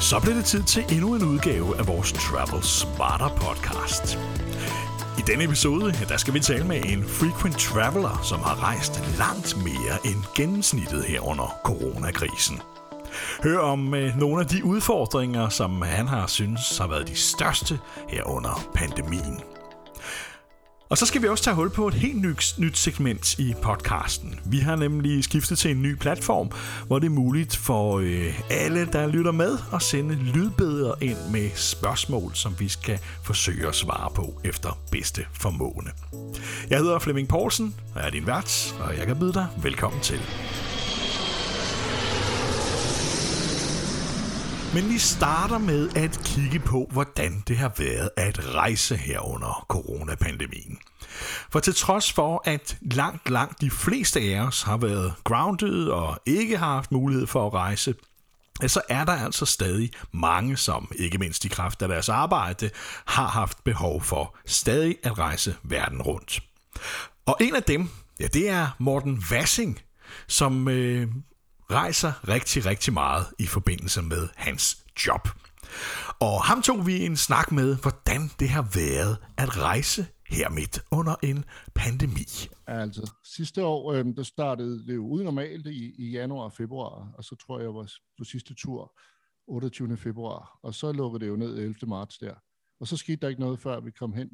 Så blev det tid til endnu en udgave af vores Travel Smarter podcast. I denne episode, der skal vi tale med en frequent traveler, som har rejst langt mere end gennemsnittet her under coronakrisen. Hør om nogle af de udfordringer, som han har synes har været de største her under pandemien. Og så skal vi også tage hul på et helt nyt segment i podcasten. Vi har nemlig skiftet til en ny platform, hvor det er muligt for alle, der lytter med, at sende lydbilleder ind med spørgsmål, som vi skal forsøge at svare på efter bedste formåen. Jeg hedder Flemming Poulsen, og jeg er din vært, og jeg kan byde dig velkommen til. Men vi starter med at kigge på, hvordan det har været at rejse her under coronapandemien. For til trods for, at langt de fleste af os har været grounded og ikke har haft mulighed for at rejse, så er der altså stadig mange, som ikke mindst i kraft af deres arbejde, har haft behov for stadig at rejse verden rundt. Og en af dem, ja, det er Morten Vassing, som rejser rigtig meget i forbindelse med hans job. Og ham tog vi en snak med, hvordan det har været at rejse her midt under en pandemi. Altså, sidste år, der startede det jo udenormalt i januar og februar, og så tror jeg var på sidste tur 28. februar, og så lukkede det jo ned 11. marts der. Og så skete der ikke noget, før vi kom hen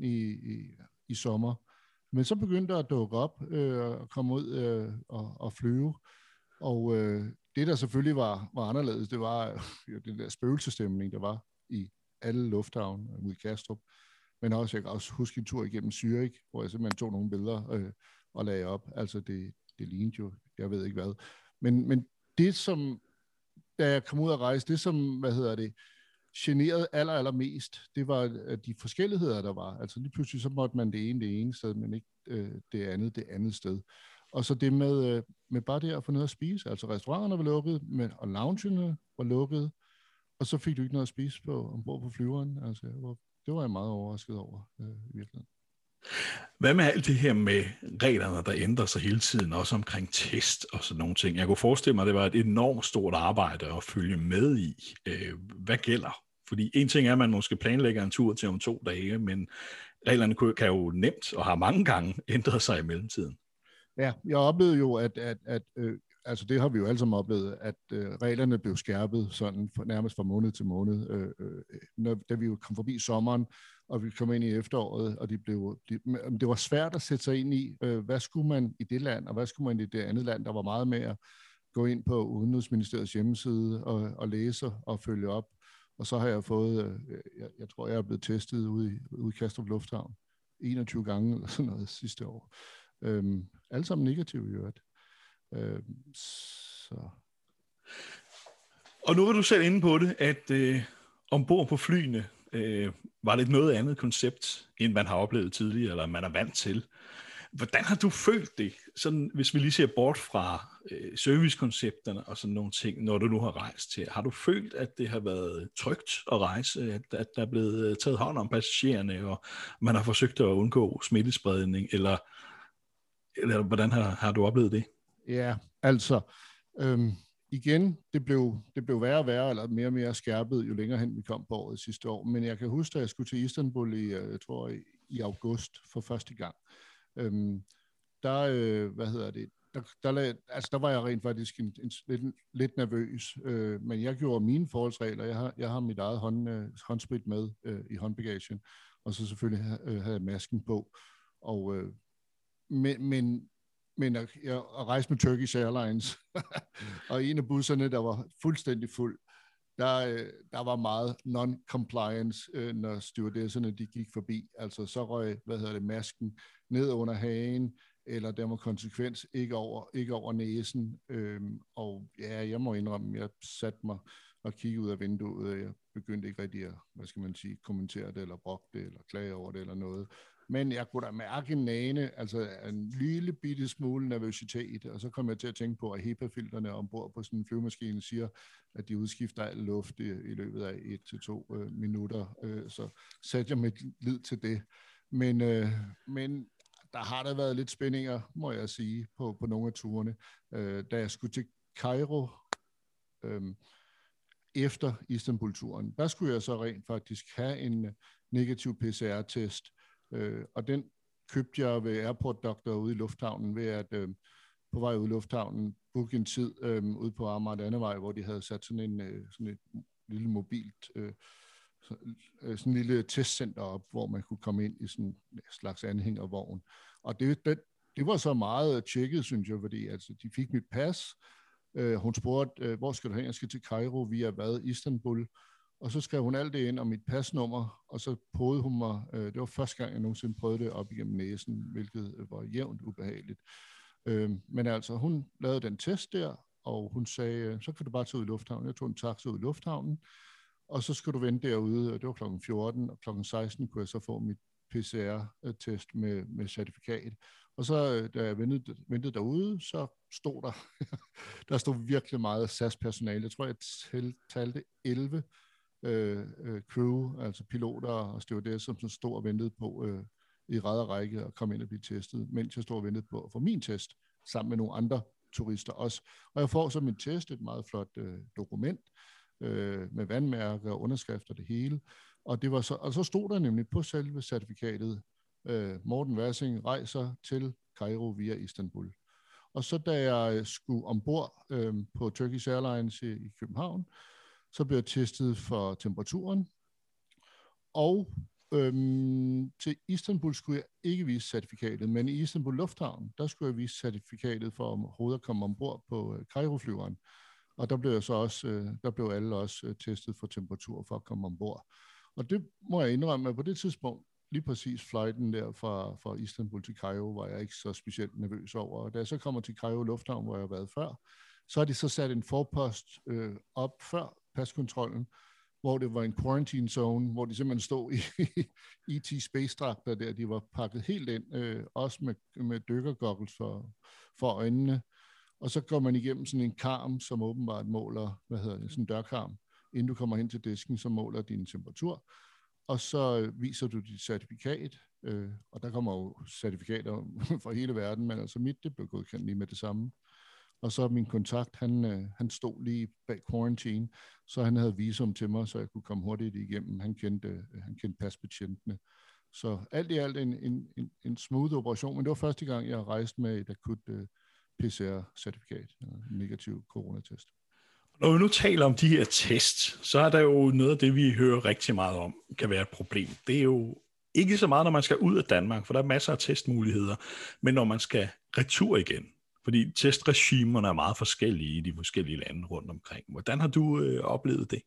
i sommer. Men så begyndte der at dukke op og komme ud og flyve. Og det, der selvfølgelig var anderledes, det var den der spøgelsestemning, der var i alle lufthavne ude i Kastrup. Men også, jeg kan også huske en tur igennem Zürich, hvor jeg simpelthen tog nogle billeder og lagde op. Altså, det lignede jo, jeg ved ikke hvad. Men det, som, da jeg kom ud at rejse, det som, generede allermest, det var de forskelligheder, der var. Altså, lige pludselig så måtte man det ene sted, men ikke det andet sted. Og så det med bare det at få noget at spise. Altså, restauranterne var lukket, og loungene var lukket, og så fik du ikke noget at spise ombord på flyveren. Altså, det var jeg meget overrasket over i virkeligheden. Hvad med alt det her med reglerne, der ændrer sig hele tiden, også omkring test og sådan nogle ting? Jeg kunne forestille mig, at det var et enormt stort arbejde at følge med i. Hvad gælder? Fordi en ting er, at man måske planlægger en tur til om 2 dage, men reglerne kan jo nemt og har mange gange ændret sig i mellemtiden. Ja, jeg oplevede jo, at altså det har vi jo alle sammen oplevet, at reglerne blev skærpet sådan nærmest fra måned til måned. Da vi jo kom forbi sommeren, og vi kom ind i efteråret, og det var svært at sætte sig ind i, hvad skulle man i det land, og hvad skulle man i det andet land. Der var meget med at gå ind på Udenrigsministeriets hjemmeside og læse og følge op. Og så har jeg fået, jeg tror, jeg er blevet testet ude i Kastrup Lufthavn 21 gange eller sådan noget sidste år. Alle sammen negative i øvrigt. Så. Og nu var du selv inde på det, at ombord på flyene var det et noget andet koncept, end man har oplevet tidligere, eller man er vant til. Hvordan har du følt det, sådan, hvis vi lige ser bort fra servicekoncepterne og sådan nogle ting, når du nu har rejst til? Har du følt, at det har været trygt at rejse, at der er blevet taget hånd om passagererne, og man har forsøgt at undgå smittespredning, eller hvordan har du oplevet det? Ja, altså, igen, det blev værre og værre, eller mere og mere skærpet, jo længere hen vi kom på året sidste år. Men jeg kan huske, at jeg skulle til Istanbul i august for første gang. Der var jeg rent faktisk lidt nervøs, men jeg gjorde mine forholdsregler. Jeg har mit eget håndsprit med i håndbagagen, og så selvfølgelig havde jeg masken på. Og men at rejse med Turkish Airlines, og en af busserne, der var fuldstændig fuld, der var meget non-compliance, når stewardesserne de gik forbi. Altså så røg, masken ned under hagen, eller der var konsekvens ikke over næsen. Og ja, jeg må indrømme, jeg satte mig og kiggede ud af vinduet, og jeg begyndte ikke rigtig at, kommentere det, eller brokke det, eller klage over det, eller noget. Men jeg kunne da mærke en nane, altså en lille bitte smule nervøsitet, og så kom jeg til at tænke på, at HEPA-filterne ombord på sådan en flyvemaskine siger, at de udskifter al luft i løbet af 1-2 minutter. Så satte jeg mit lid til det. Men der har der været lidt spændinger, må jeg sige, på nogle af turene. Da jeg skulle til Cairo, efter Istanbul-turen. Der skulle jeg så rent faktisk have en negativ PCR-test, og den købte jeg ved Airport Doctor ude i lufthavnen, ved at på vej ud i lufthavnen booke en tid ude på Amager Landevej, hvor de havde sat sådan et lille mobilt sådan en lille testcenter op, hvor man kunne komme ind i sådan en slags anhængervogn. Og det var så meget tjekket, synes jeg, fordi altså, de fik mit pas. Hun spurgte, hvor skal du hen? Jeg skal til Kairo via Istanbul. Og så skrev hun alt det ind om mit pasnummer, og så prøvede hun mig. Det var første gang, jeg nogensinde prøvede det op igennem næsen, hvilket var jævnt ubehageligt. Men altså, hun lavede den test der, og hun sagde, så kan du bare tage ud i lufthavnen. Jeg tog en taxa ud i lufthavnen, og så skal du vente derude. Det var klokken 14, og klokken 16 kunne jeg så få mit PCR-test med certifikat. Og så, da jeg ventede derude, så stod der stod virkelig meget SAS-personale. Jeg tror, jeg talte 11 crew, altså piloter og stewardesser, som stod og ventede på i ræd og række at komme ind og blive testet, mens jeg stod og ventede på at få min test, sammen med nogle andre turister også. Og jeg får så min test, et meget flot dokument, med vandmærker og underskrifter det hele. Og så stod der nemlig på selve certifikatet, Morten Versing rejser til Kairo via Istanbul. Og så da jeg skulle ombord på Turkish Airlines i København, så blev jeg testet for temperaturen. Og til Istanbul skulle jeg ikke vise certifikatet, men i Istanbul Lufthavn, der skulle jeg vise certifikatet for overhovedet at komme ombord på Kairo-flyveren. Og der blev alle også testet for temperatur for at komme ombord. Og det må jeg indrømme, at på det tidspunkt, lige præcis flighten der fra Istanbul til Kairo, var jeg ikke så specielt nervøs over. Og da jeg så kommer til Kairo Lufthavn, hvor jeg har været før, så har de så sat en forpost op før paskontrollen, hvor det var en quarantine zone, hvor de simpelthen stod i E.T. Space-dragter der. De var pakket helt ind, også med dykkergoggles for øjnene. Og så går man igennem sådan en karm, som åbenbart måler, sådan en dørkarm. Inden du kommer hen til disken, så måler din temperatur. Og så viser du dit certifikat, og der kommer jo certifikater fra hele verden, men altså det blev godkendt lige med det samme. Og så min kontakt, han stod lige bag quarantine, så han havde visum til mig, så jeg kunne komme hurtigt igennem. Han kendte pasbetjentene. Så alt i alt en smooth operation, men det var første gang, jeg rejste med et akut PCR-certifikat, en negativ coronatest. Når vi nu taler om de her tests, så er der jo noget af det, vi hører rigtig meget om, kan være et problem. Det er jo ikke så meget, når man skal ud af Danmark, for der er masser af testmuligheder, men når man skal retur igen, fordi testregimerne er meget forskellige i de forskellige lande rundt omkring. Hvordan har du oplevet det?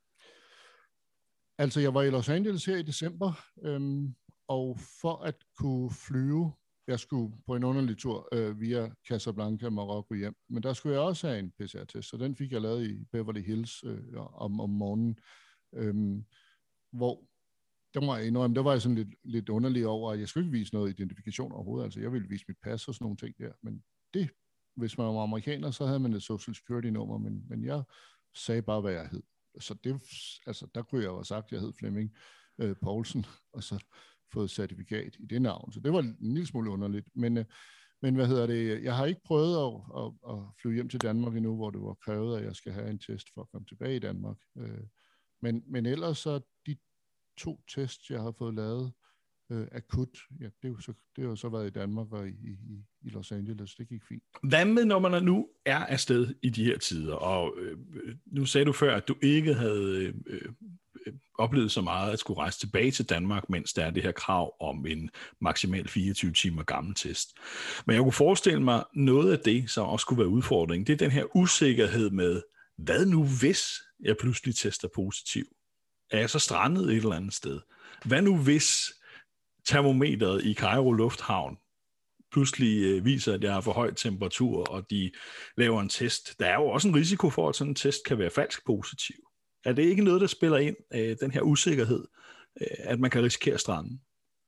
Altså, jeg var i Los Angeles her i december, og for at kunne flyve, jeg skulle på en underlig tur via Casablanca, Marokko hjem, men der skulle jeg også have en PCR-test, så den fik jeg lavet i Beverly Hills om morgenen, hvor der må jeg indrømme, der var jeg sådan lidt underlig over, at jeg skulle ikke vise noget identifikation overhovedet, altså jeg ville vise mit pas og sådan nogle ting der, men det, hvis man var amerikaner, så havde man et social security nummer, men jeg sagde bare, hvad jeg hed. Så det, altså der kunne jeg jo have sagt, at jeg hed Flemming Poulsen, og så fået certifikat i det navn. Så det var en lille smule underligt. Men jeg har ikke prøvet at flyve hjem til Danmark endnu, hvor det var krævet, at jeg skal have en test for at komme tilbage i Danmark. Men ellers så de 2 tests, jeg har fået lavet akut, ja, det har jo så været i Danmark og i Los Angeles. Det gik fint. Hvad med, når man nu er afsted i de her tider? Og nu sagde du før, at du ikke havde oplevet så meget at skulle rejse tilbage til Danmark, mens der er det her krav om en maksimal 24 timer gammel test. Men jeg kunne forestille mig, noget af det, som også kunne være udfordring, det er den her usikkerhed med, hvad nu hvis jeg pludselig tester positiv? Er jeg så strandet et eller andet sted? Hvad nu hvis termometeret i Kairo Lufthavn pludselig viser, at jeg har for høj temperatur, og de laver en test? Der er jo også en risiko for, at sådan en test kan være falsk positiv. Er det ikke noget, der spiller ind, den her usikkerhed, at man kan risikere stranden?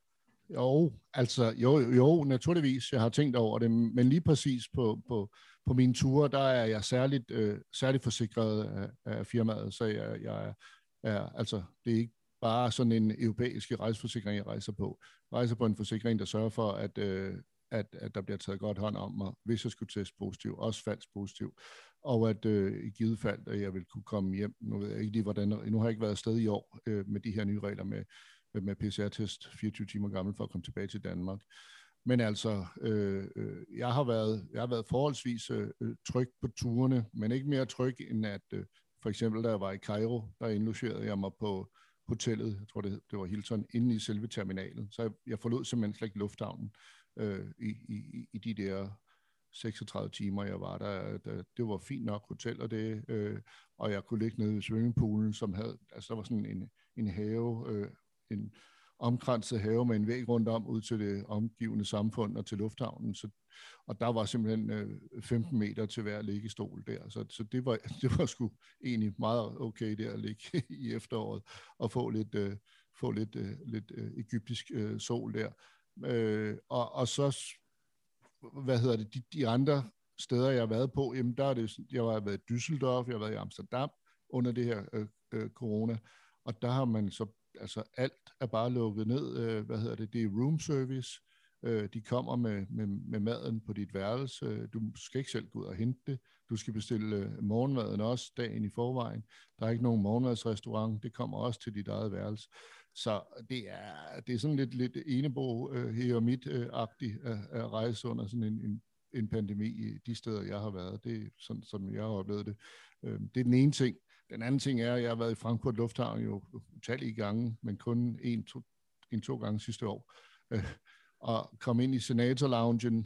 Jo, naturligvis. Jeg har tænkt over det, men lige præcis på mine ture, der er jeg særligt forsikret af firmaet, så jeg er altså, det er ikke bare sådan en europæisk rejseforsikring, jeg rejser på. Jeg rejser på en forsikring, der sørger for, at der bliver taget godt hånd om mig, hvis jeg skulle teste positiv, også falsk positiv. og at i givet fald, at jeg vil kunne komme hjem. Nu ved jeg ikke lige, hvordan. Nu har jeg ikke været afsted i år med de her nye regler med PCR-test 24 timer gammel for at komme tilbage til Danmark. Men altså, jeg har været forholdsvis tryg på turene, men ikke mere tryg end at for eksempel, da jeg var i Cairo, der indlogerede jeg mig på hotellet, jeg tror det var Hilton, inde i selve terminalen. Så jeg forlod simpelthen slet ikke lufthavnen i de der 36 timer, jeg var der. Det var fint nok hotel, og jeg kunne ligge nede i swimmingpoolen, som havde, altså der var sådan en have, en omkranset have med en væg rundt om ud til det omgivende samfund og til lufthavnen. Og der var simpelthen 15 meter til hver liggestol der. Så det var sgu egentlig meget okay der at ligge i efteråret og få lidt egyptisk sol der. Og så, de andre steder, jeg har været på, jamen der er det, jeg har været i Düsseldorf, jeg har været i Amsterdam under det her corona, og der har man så, altså alt er bare lukket ned, det er room service, de kommer med maden på dit værelse, du skal ikke selv gå ud og hente det, du skal bestille morgenmaden også dagen i forvejen, der er ikke nogen morgenmadsrestaurant, det kommer også til dit eget værelse. Så det er sådan lidt enebo her mit-agtigt at rejse under sådan en pandemi i de steder, jeg har været. Det er sådan, som jeg har oplevet det. Det er den ene ting. Den anden ting er, at jeg har været i Frankfurt Lufthavn jo utallige gange, men kun to gange sidste år. Og kom ind i Senator-loungen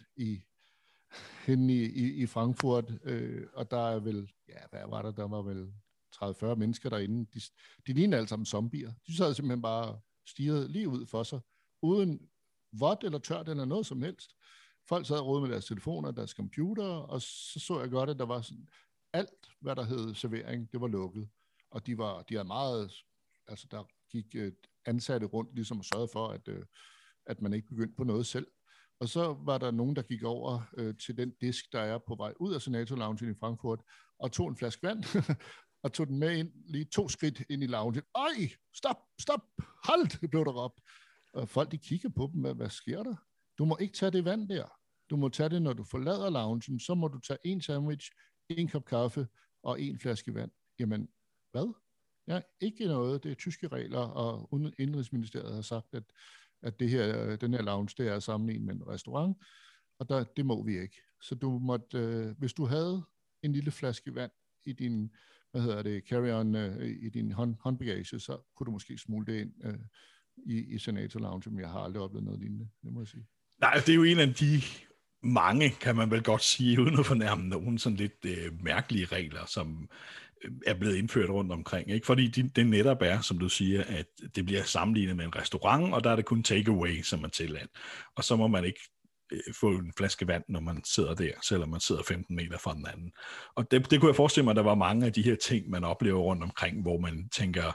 henne i Frankfurt, og der er vel, hvad var der? Der var vel 30-40 mennesker derinde. De lignede alle sammen zombier. De sad simpelthen bare stirret lige ud for sig, uden vådt eller tørt eller noget som helst. Folk sad og rodede med deres telefoner, deres computer, og så jeg godt, at der var sådan, alt, hvad der hed servering, det var lukket. Og de havde meget, altså der gik ansatte rundt, ligesom og sørgede for, at man ikke begyndte på noget selv. Og så var der nogen, der gik over til den disk, der er på vej ud af Senator-loungen i Frankfurt, og tog en flaske vand, og tog den med ind, lige 2 skridt ind i loungen. Øj, stop, halt, blev der råbt. Og folk, de kigger på dem, hvad sker der? Du må ikke tage det vand der. Du må tage det, når du forlader loungen, så må du tage 1 sandwich, 1 kop kaffe og 1 flaske vand. Jamen, hvad? Ja, ikke noget. Det er tyske regler, og Indrigsministeriet har sagt, at den her lounge, det er sammenlignet med en restaurant, og det må vi ikke. Så du måtte, hvis du havde en lille flaske vand i din, carry-on, i din håndbagage, så kunne du måske smule det ind i Senator Lounge, men jeg har aldrig oplevet noget lignende, det må jeg sige. Nej, det er jo en af de mange, kan man vel godt sige, uden at fornærme nogen sådan lidt mærkelige regler, som er blevet indført rundt omkring. Ikke? Fordi det netop er, som du siger, at det bliver sammenlignet med en restaurant, og der er det kun takeaway, som er tilladt. Og så må man ikke få en flaske vand, når man sidder der, selvom man sidder 15 meter fra den anden. Og det kunne jeg forestille mig, at der var mange af de her ting, man oplever rundt omkring, hvor man tænker,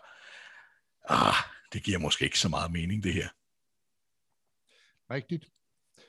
det giver måske ikke så meget mening, det her. Rigtigt.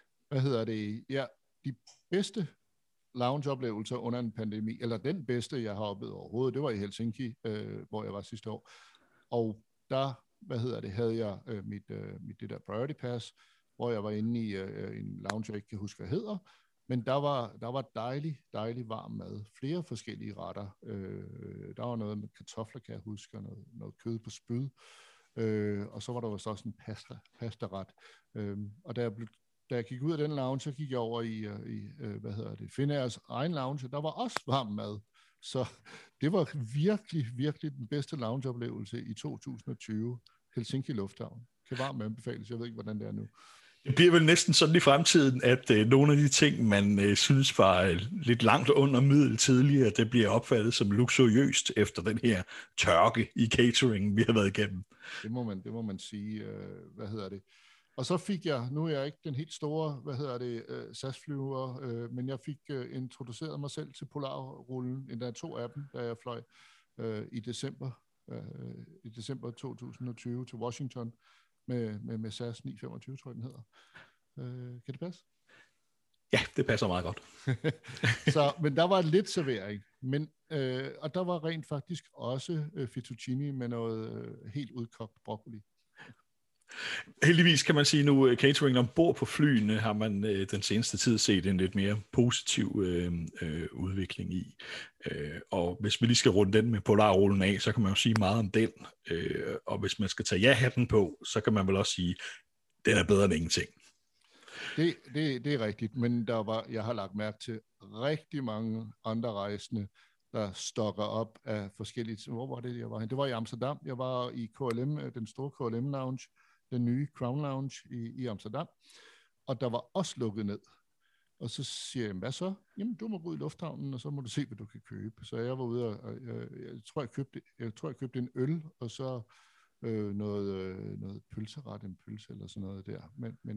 Ja, de bedste loungeoplevelser under en pandemi, eller den bedste, jeg har oplevet overhovedet, det var i Helsinki, hvor jeg var sidste år. Og der, havde jeg mit det der priority pass, hvor jeg var inde i en lounge, jeg ikke kan huske, hvad hedder, men der var dejlig varm mad. Flere forskellige retter. Der var noget med kartofler, kan jeg huske, og noget kød på spyd. Og så var der også en pasta-ret. Og da jeg gik ud af den lounge, så gik jeg over i Finnairs egen lounge, der var også varm mad. Så det var virkelig den bedste loungeoplevelse i 2020. Helsinki Lufthavn. Kan varmt anbefales. Jeg ved ikke, hvordan det er nu. Det bliver vel næsten sådan i fremtiden, at nogle af de ting, man synes var lidt langt under middel tidligere, det bliver opfattet som luksuriøst efter den her tørke i catering, vi har været igennem. Det må man sige. Og så fik jeg, nu er jeg ikke den helt store, SAS-flyver, men jeg fik introduceret mig selv til Polarrullen, endda 2 af dem, da jeg fløj i december 2020 til Washington med SAS 925, tror jeg den hedder. Kan det passe? Ja, det passer meget godt. Men der var lidt servering, og der var rent faktisk også fettuccine med noget helt udkogt broccoli. Heldigvis kan man sige nu, catering ombord på flyene har man den seneste tid set en lidt mere positiv udvikling i. Og hvis vi lige skal runde den med polarrullen af, så kan man jo sige meget om den. Og hvis man skal tage ja-hatten på, så kan man vel også sige, den er bedre end ingenting. Det er rigtigt, men jeg har lagt mærke til rigtig mange andre rejsende, der stokker op af forskellige... Hvor var det, jeg var hen? Det var i Amsterdam. Jeg var i KLM, den store KLM Lounge, den nye Crown Lounge i Amsterdam, og der var også lukket ned. Og så siger jeg, hvad så? Jamen, du må gå ud i lufthavnen, og så må du se, hvad du kan købe. Så jeg var ude, og jeg tror, jeg købte en øl, og så noget pølseret, en pølse eller sådan noget der.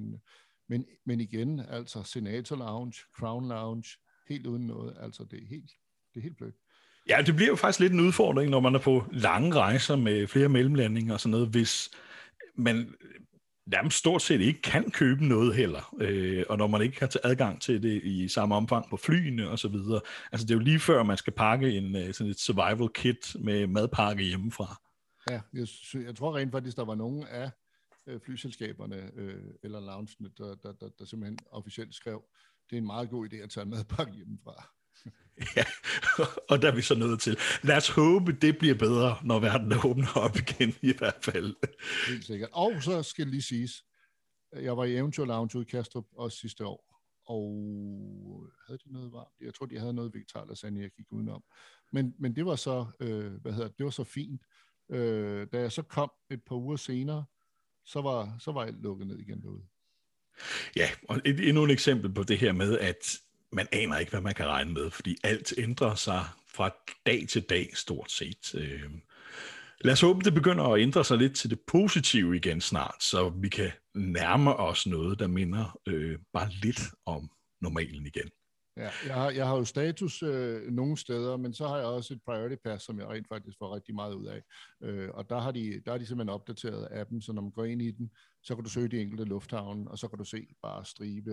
Men igen, altså Senator Lounge, Crown Lounge, helt uden noget, altså det er helt blødt. Ja, det bliver jo faktisk lidt en udfordring, når man er på lange rejser med flere mellemlandinger og sådan noget, hvis man nærmest stort set ikke kan købe noget heller, og når man ikke har adgang til det i samme omfang på flyene og så videre. Altså det er jo lige før, man skal pakke sådan et survival kit med madpakke hjemmefra. Ja, jeg tror rent faktisk, der var nogle af flyselskaberne eller loungene, der simpelthen officielt skrev, det er en meget god idé at tage en madpakke hjemmefra. Ja, og der er vi så nødt til. Lad os håbe, det bliver bedre, når verden åbner op igen i hvert fald. Helt sikkert. Og så skal det lige siges, jeg var i Eventyr Lounge ude i Kastrup også sidste år, og havde de noget varmt? Jeg tror, de havde noget vegetar lasagne, jeg gik udenom. Men det var så, det var så fint. Da jeg så kom et par uger senere, så var alt lukket ned igen derude. Ja, og endnu et eksempel på det her med, at man aner ikke, hvad man kan regne med, fordi alt ændrer sig fra dag til dag stort set. Lad os håbe, det begynder at ændre sig lidt til det positive igen snart, så vi kan nærme os noget, der minder bare lidt om normalen igen. Ja, jeg har jo status nogle steder, men så har jeg også et priority pass, som jeg rent faktisk får rigtig meget ud af. Og der har de simpelthen opdateret appen, så når man går ind i den, så kan du søge de enkelte lufthavne, og så kan du se bare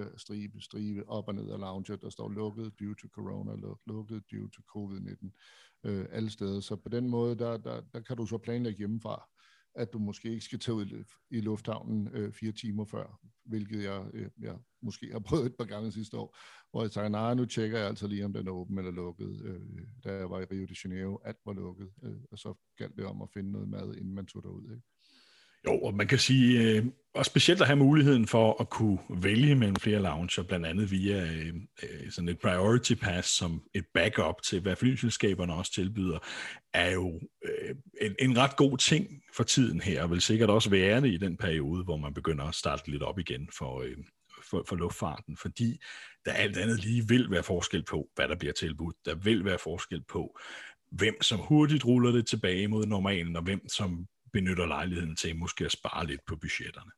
stribe op og ned af lounge, der står lukket due to corona, lukket due to covid-19 alle steder. Så på den måde, der kan du så planlægge hjemmefra, at du måske ikke skal tage ud i lufthavnen 4 timer før, hvilket jeg måske har prøvet et par gange sidste år, hvor jeg sagde, nej, nu tjekker jeg altså lige, om den er åben eller lukket. Da jeg var i Rio de Janeiro, alt var lukket, og så galt det om at finde noget mad, inden man tog derud, ikke? Jo, og man kan sige, og specielt at have muligheden for at kunne vælge mellem flere lounger, blandt andet via sådan et priority pass som et backup til, hvad flyselskaberne også tilbyder, er jo en ret god ting for tiden her, og vil sikkert også være det i den periode, hvor man begynder at starte lidt op igen for luftfarten, fordi der alt andet lige vil være forskel på, hvad der bliver tilbudt. Der vil være forskel på, hvem som hurtigt ruller det tilbage mod normalen, og hvem som benytter lejligheden til måske at spare lidt på budgetterne.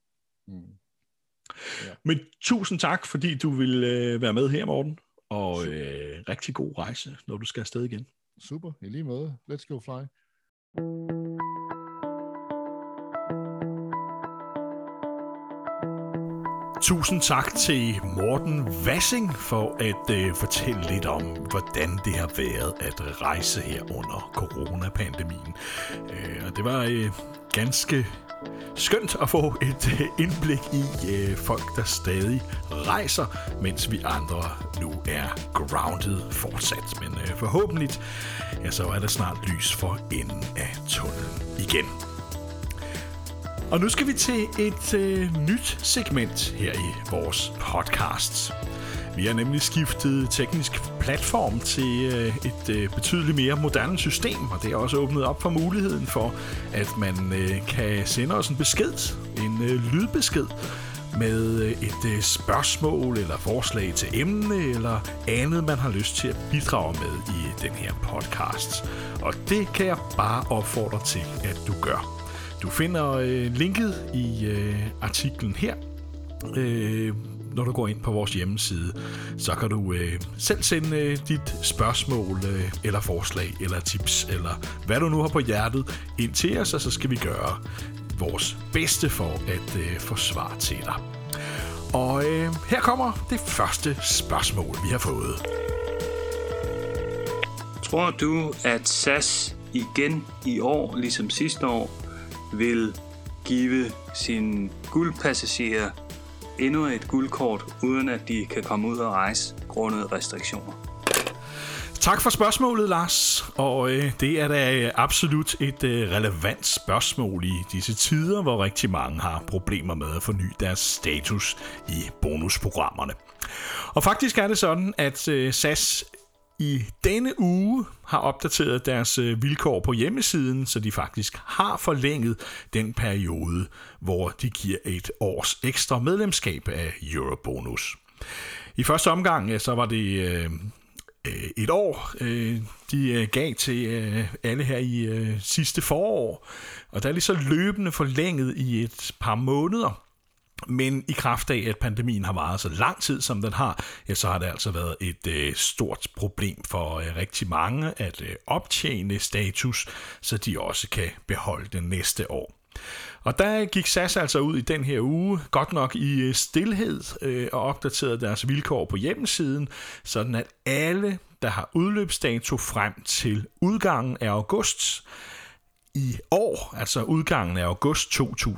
Ja. Men tusind tak, fordi du ville være med her, Morten, og rigtig god rejse, når du skal afsted igen. Super, i lige måde. Let's go fly. Tusind tak til Morten Vassing for at fortælle lidt om, hvordan det har været at rejse her under coronapandemien. Og det var ganske skønt at få et indblik i folk, der stadig rejser, mens vi andre nu er grounded fortsat. Men forhåbentlig så er der snart lys for enden af tunnelen igen. Og nu skal vi til et nyt segment her i vores podcast. Vi har nemlig skiftet teknisk platform til et betydeligt mere moderne system, og det er også åbnet op for muligheden for, at man kan sende os en besked, en lydbesked, med et spørgsmål eller forslag til emne eller andet, man har lyst til at bidrage med i den her podcast. Og det kan jeg bare opfordre til, at du gør. Du finder linket i artiklen her. Når du går ind på vores hjemmeside, så kan du selv sende dit spørgsmål eller forslag eller tips, eller hvad du nu har på hjertet, ind til os, og så skal vi gøre vores bedste for at få svar til dig. Og her kommer det første spørgsmål, vi har fået. Tror du, at SAS igen i år, ligesom sidste år, vil give sine guldpassagerer endnu et guldkort, uden at de kan komme ud og rejse grundet restriktioner? Tak for spørgsmålet, Lars. Og det er da absolut et relevant spørgsmål i disse tider, hvor rigtig mange har problemer med at forny deres status i bonusprogrammerne. Og faktisk er det sådan, at SAS i denne uge har opdateret deres vilkår på hjemmesiden, så de faktisk har forlænget den periode, hvor de giver et års ekstra medlemskab af Eurobonus. I første omgang så var det et år, de gav til alle her i sidste forår, og der er lige så løbende forlænget i et par måneder. Men i kraft af, at pandemien har varet så lang tid, som den har, ja, så har det altså været et stort problem for rigtig mange at optjene status, så de også kan beholde det næste år. Og der gik SAS altså ud i den her uge, godt nok i stilhed, og opdaterede deres vilkår på hjemmesiden, sådan at alle, der har udløbsdato frem til udgangen af august i år, altså udgangen af august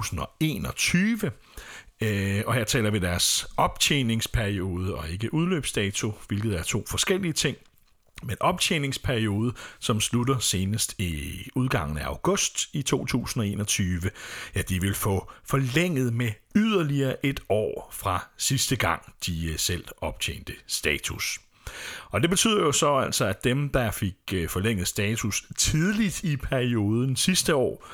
2021, og her taler vi deres optjeningsperiode og ikke udløbsdato, hvilket er to forskellige ting. Men optjeningsperiode, som slutter senest i udgangen af august i 2021, ja, de vil få forlænget med yderligere et år fra sidste gang, de selv optjente status. Og det betyder jo så altså, at dem, der fik forlænget status tidligt i perioden sidste år,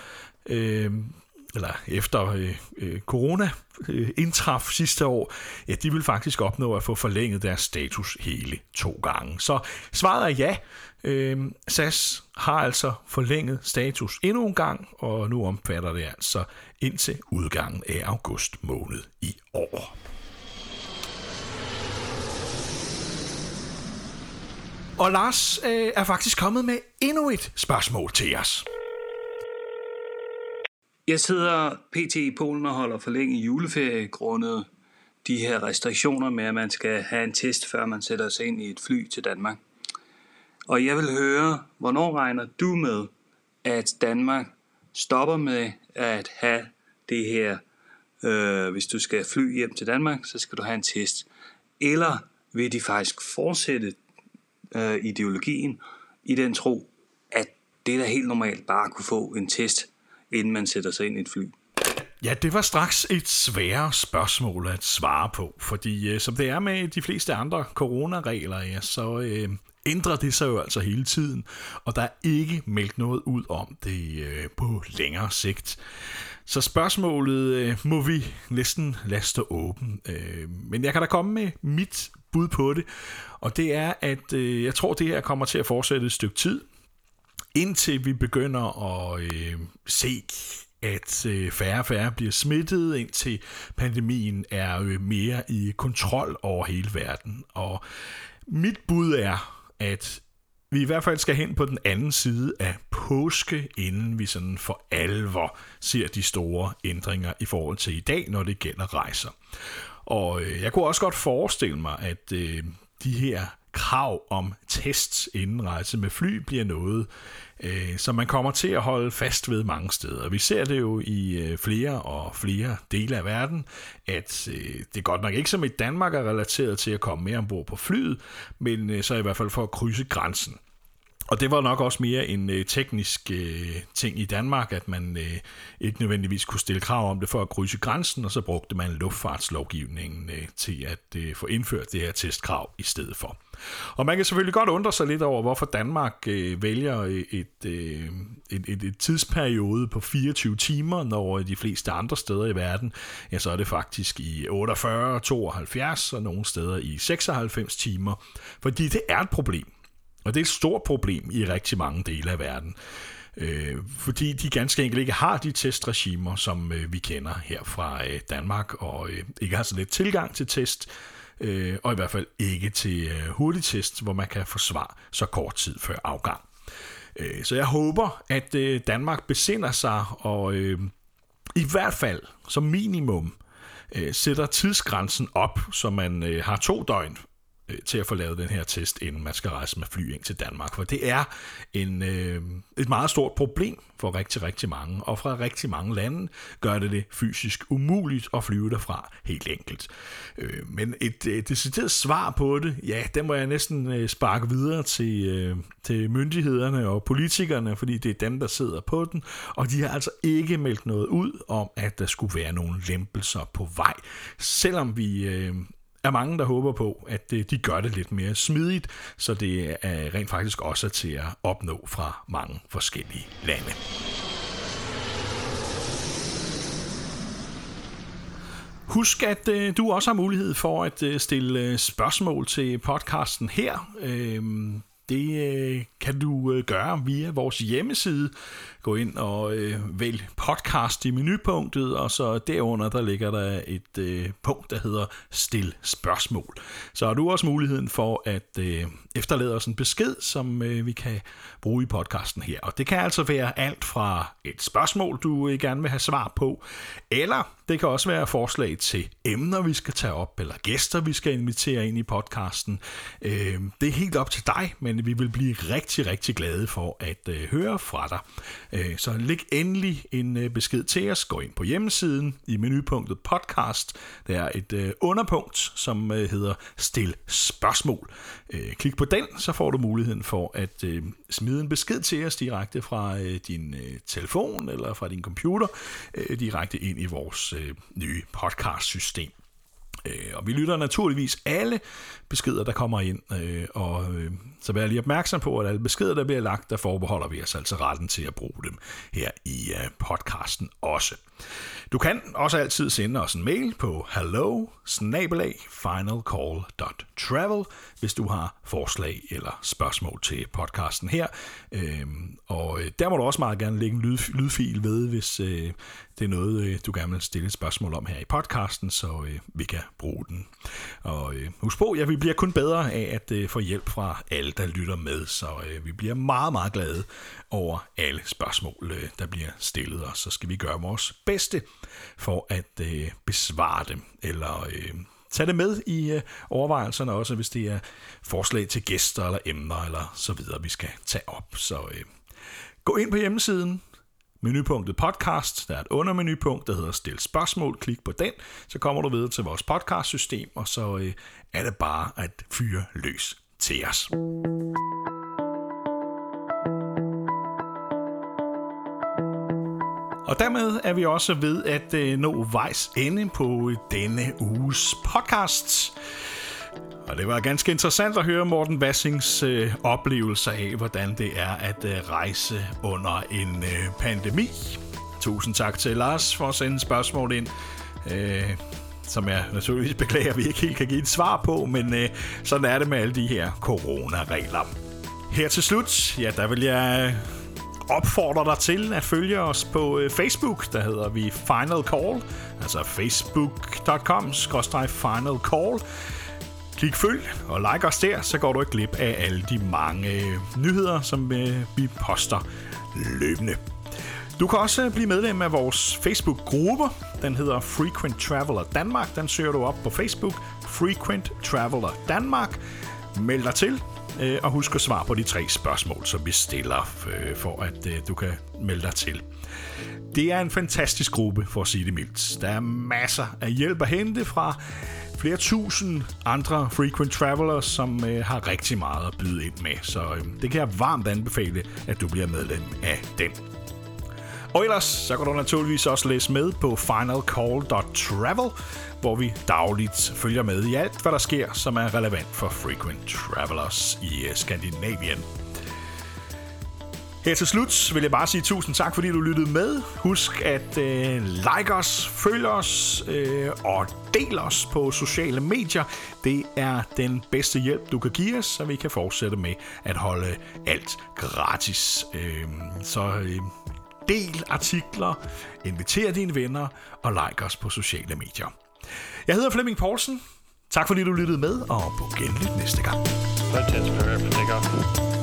eller efter corona indtraf sidste år, ja, de vil faktisk opnå at få forlænget deres status hele 2 gange. Så svaret er ja. SAS har altså forlænget status endnu en gang, og nu omfatter det altså indtil udgangen af august måned i år. Og Lars er faktisk kommet med endnu et spørgsmål til os. Jeg sidder pt. I Polen og holder forlænget juleferie grundet de her restriktioner med, at man skal have en test, før man sætter sig ind i et fly til Danmark. Og jeg vil høre, hvornår regner du med, at Danmark stopper med at have det her, hvis du skal fly hjem til Danmark, så skal du have en test. Eller vil de faktisk fortsætte ideologien i den tro, at det er da helt normalt bare at kunne få en test, inden man sætter sig ind i et fly? Ja, det var straks et sværere spørgsmål at svare på, fordi som det er med de fleste andre coronaregler, ja, så ændrer det sig jo altså hele tiden, og der er ikke meldt noget ud om det på længere sigt. Så spørgsmålet må vi næsten lade stå åben, men jeg kan da komme med mit bud på det, og det er, at jeg tror, det her kommer til at fortsætte et stykke tid, indtil vi begynder at se, at færre og færre bliver smittet, indtil pandemien er mere i kontrol over hele verden. Og mit bud er, at vi i hvert fald skal hen på den anden side af påske, inden vi sådan for alvor ser de store ændringer i forhold til i dag, når det gælder rejser. Og jeg kunne også godt forestille mig, at de her krav om tests inden rejse med fly bliver noget, som man kommer til at holde fast ved mange steder. Vi ser det jo i flere og flere dele af verden, at det godt nok ikke som i Danmark er relateret til at komme med ombord på flyet, men så i hvert fald for at krydse grænsen. Og det var nok også mere en teknisk ting i Danmark, at man ikke nødvendigvis kunne stille krav om det for at krydse grænsen, og så brugte man luftfartslovgivningen til at få indført det her testkrav i stedet for. Og man kan selvfølgelig godt undre sig lidt over, hvorfor Danmark vælger et tidsperiode på 24 timer, når de fleste andre steder i verden, ja, så er det faktisk i 48, 72 og nogle steder i 96 timer, fordi det er et problem. Og det er et stort problem i rigtig mange dele af verden, fordi de ganske enkelt ikke har de testregimer, som vi kender her fra Danmark, og ikke har så lidt tilgang til test, og i hvert fald ikke til hurtigtest, hvor man kan få svar så kort tid før afgang. Så jeg håber, at Danmark besinder sig og i hvert fald som minimum sætter tidsgrænsen op, så man har 2 døgn til at få lavet den her test, inden man skal rejse med fly ind til Danmark. For det er et meget stort problem for rigtig, rigtig mange, og fra rigtig mange lande gør det fysisk umuligt at flyve derfra helt enkelt. Men et decideret svar på det, ja, den må jeg næsten sparke videre til myndighederne og politikerne, fordi det er dem, der sidder på den, og de har altså ikke meldt noget ud om, at der skulle være nogle lempelser på vej, selvom vi er mange, der håber på, at de gør det lidt mere smidigt, så det er rent faktisk også til at opnå fra mange forskellige lande. Husk, at du også har mulighed for at stille spørgsmål til podcasten her. Det kan du gøre via vores hjemmeside. Gå ind og vælg podcast i menupunktet, og så derunder der ligger der et punkt, der hedder Stil spørgsmål. Så har du også muligheden for at efterlade os en besked, som vi kan bruge i podcasten her. Og det kan altså være alt fra et spørgsmål, du gerne vil have svar på, eller det kan også være forslag til emner, vi skal tage op, eller gæster, vi skal invitere ind i podcasten. Det er helt op til dig, men vi vil blive rigtig, rigtig glade for at høre fra dig. Så læg endelig en besked til os. Gå ind på hjemmesiden i menupunktet podcast. Der er et underpunkt, som hedder Stil spørgsmål. Klik på den, så får du muligheden for at smide en besked til os direkte fra din telefon eller fra din computer, direkte ind i vores nye podcast-system. Og vi lytter naturligvis alle beskeder, der kommer ind, og så vær lige opmærksom på, at alle beskeder, der bliver lagt, der forbeholder vi os altså retten til at bruge dem her i podcasten også. Du kan også altid sende os en mail på hello@finalcall.travel, hvis du har forslag eller spørgsmål til podcasten her. Og der må du også meget gerne lægge en lydfil ved, hvis det er noget, du gerne vil stille et spørgsmål om her i podcasten, så vi kan bruge den. Og husk på, vi bliver kun bedre af at få hjælp fra alle, der lytter med, så vi bliver meget, meget glade over alle spørgsmål, der bliver stillet, og så skal vi gøre vores bedste for at besvare dem, eller tag det med i overvejelserne også, hvis det er forslag til gæster eller emner eller så videre, vi skal tage op. Så gå ind på hjemmesiden, menupunktet podcast, der er et undermenupunkt, der hedder Stil spørgsmål, klik på den, så kommer du videre til vores podcastsystem, og så er det bare at fyre løs til os. Og dermed er vi også ved at nå vejs ende på denne uges podcast. Og det var ganske interessant at høre Morten Vassings oplevelser af, hvordan det er at rejse under en pandemi. Tusind tak til Lars for at sende spørgsmål ind, som jeg naturligvis beklager, at vi ikke helt kan give et svar på, men sådan er det med alle de her coronaregler. Her til slut, der vil jeg opfordrer dig til at følge os på Facebook. Der hedder vi Final Call, altså facebook.com/Final Call. Klik følg og like os der, så går du ikke glip af alle de mange nyheder, som vi poster løbende. Du kan også blive medlem af vores Facebook-gruppe. Den hedder Frequent Traveler Danmark. Den søger du op på Facebook. Frequent Traveler Danmark. Meld dig til. Og husk at svare på de 3 spørgsmål, som vi stiller, for at du kan melde dig til. Det er en fantastisk gruppe, for at sige det mildt. Der er masser af hjælp at hente fra flere tusind andre frequent travelers, som har rigtig meget at byde ind med. Så det kan jeg varmt anbefale, at du bliver medlem af den. Og ellers så kan du naturligvis også læse med på finalcall.travel, hvor vi dagligt følger med i alt, hvad der sker, som er relevant for frequent travelers i Skandinavien. Her til slut vil jeg bare sige tusind tak, fordi du lyttede med. Husk at like os, følg os og del os på sociale medier. Det er den bedste hjælp, du kan give os, så vi kan fortsætte med at holde alt gratis. Del artikler, inviter dine venner og like os på sociale medier. Jeg hedder Flemming Poulsen. Tak fordi du lyttede med, og på genlyt næste gang.